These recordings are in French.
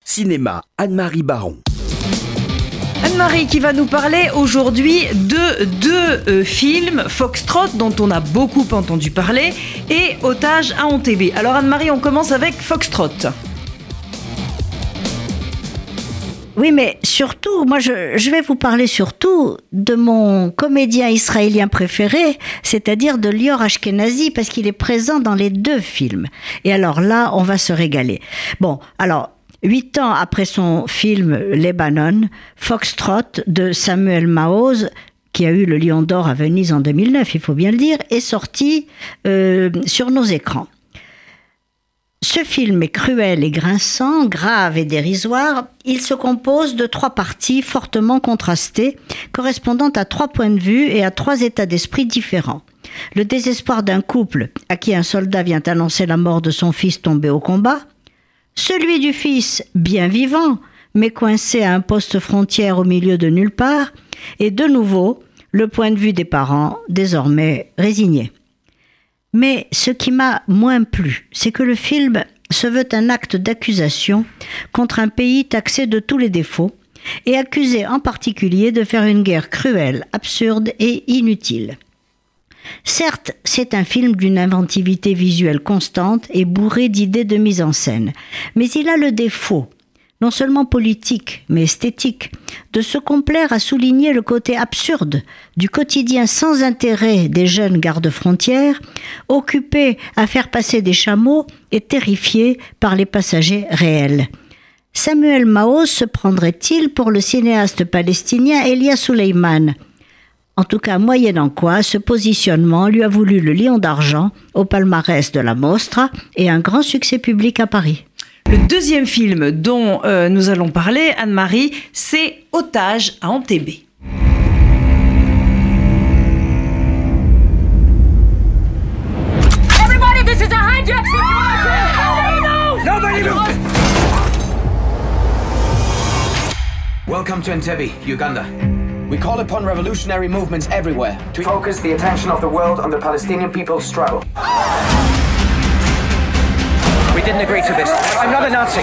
Cinéma, Anne-Marie Baron. Anne-Marie qui va nous parler aujourd'hui de deux films, Foxtrot dont on a beaucoup entendu parler et Otage à Entebbe. Alors Anne-Marie, on commence avec Foxtrot. Oui, mais surtout, moi je vais vous parler surtout de mon comédien israélien préféré, c'est-à-dire de Lior Ashkenazi, parce qu'il est présent dans les deux films. Et alors là, on va se régaler. Bon, alors, 8 ans après son film Lebanon, Foxtrot de Samuel Maoz, qui a eu le Lion d'Or à Venise en 2009, il faut bien le dire, est sorti sur nos écrans. Ce film est cruel et grinçant, grave et dérisoire. Il se compose de 3 parties fortement contrastées, correspondant à 3 points de vue et à 3 états d'esprit différents. Le désespoir d'un couple à qui un soldat vient annoncer la mort de son fils tombé au combat, celui du fils bien vivant, mais coincé à un poste frontière au milieu de nulle part, et de nouveau, le point de vue des parents, désormais résignés. Mais ce qui m'a moins plu, c'est que le film se veut un acte d'accusation contre un pays taxé de tous les défauts et accusé en particulier de faire une guerre cruelle, absurde et inutile. Certes, c'est un film d'une inventivité visuelle constante et bourré d'idées de mise en scène, mais il a le défaut, non seulement politique, mais esthétique, de se complaire à souligner le côté absurde du quotidien sans intérêt des jeunes gardes-frontières, occupés à faire passer des chameaux et terrifiés par les passagers réels. Samuel Maoz se prendrait-il pour le cinéaste palestinien Elia Suleiman ? En tout cas, moyennant quoi, ce positionnement lui a valu le Lion d'argent au palmarès de la Mostra et un grand succès public à Paris. Le deuxième film dont nous allons parler, Anne-Marie, c'est Otage à Entebbe. Everybody, this is a hijack situation! Nobody move! Welcome to Entebbe, Uganda. We call upon revolutionary movements everywhere to focus the attention of the world on the Palestinian people's struggle. We didn't agree to this. I'm not a Nazi.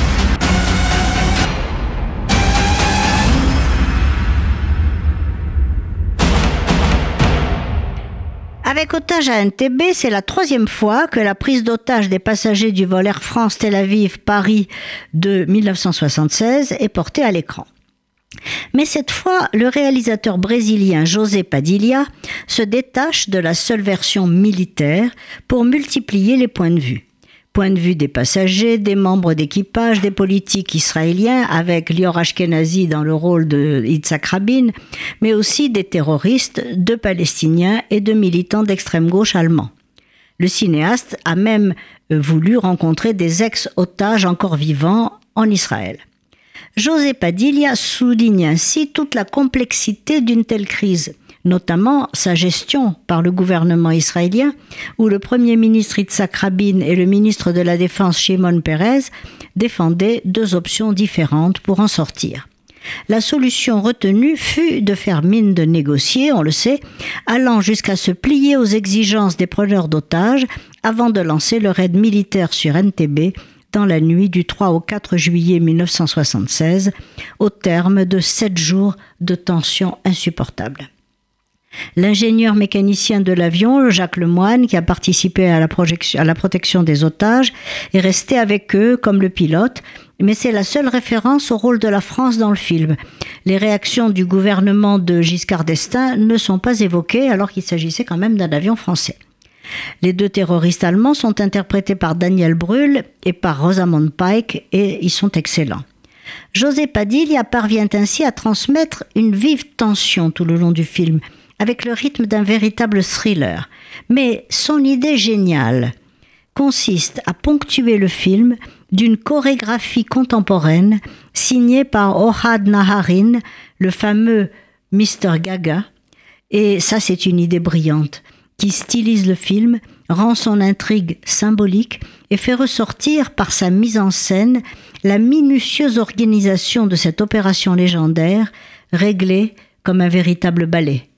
Avec Otage à Entebbe, c'est la 3e fois que la prise d'otage des passagers du vol Air France Tel Aviv-Paris de 1976 est portée à l'écran. Mais cette fois, le réalisateur brésilien José Padilha se détache de la seule version militaire pour multiplier les points de vue. Point de vue des passagers, des membres d'équipage, des politiques israéliens avec Lior Ashkenazi dans le rôle de Yitzhak Rabin, mais aussi des terroristes, de Palestiniens et de militants d'extrême gauche allemands. Le cinéaste a même voulu rencontrer des ex-otages encore vivants en Israël. José Padilha souligne ainsi toute la complexité d'une telle crise, notamment sa gestion par le gouvernement israélien, où le Premier ministre Yitzhak Rabin et le ministre de la Défense Shimon Peres défendaient 2 options différentes pour en sortir. La solution retenue fut de faire mine de négocier, on le sait, allant jusqu'à se plier aux exigences des preneurs d'otages avant de lancer le raid militaire sur Entebbe dans la nuit du 3 au 4 juillet 1976, au terme de 7 jours de tensions insupportables. L'ingénieur mécanicien de l'avion, Jacques Lemoine, qui a participé à la protection des otages, est resté avec eux comme le pilote, mais c'est la seule référence au rôle de la France dans le film. Les réactions du gouvernement de Giscard d'Estaing ne sont pas évoquées alors qu'il s'agissait quand même d'un avion français. Les 2 terroristes allemands sont interprétés par Daniel Brühl et par Rosamund Pike et ils sont excellents. José Padilha parvient ainsi à transmettre une vive tension tout le long du film, avec le rythme d'un véritable thriller. Mais son idée géniale consiste à ponctuer le film d'une chorégraphie contemporaine signée par Ohad Naharin, le fameux Mr Gaga. Et ça, c'est une idée brillante, qui stylise le film, rend son intrigue symbolique et fait ressortir par sa mise en scène la minutieuse organisation de cette opération légendaire, réglée comme un véritable ballet.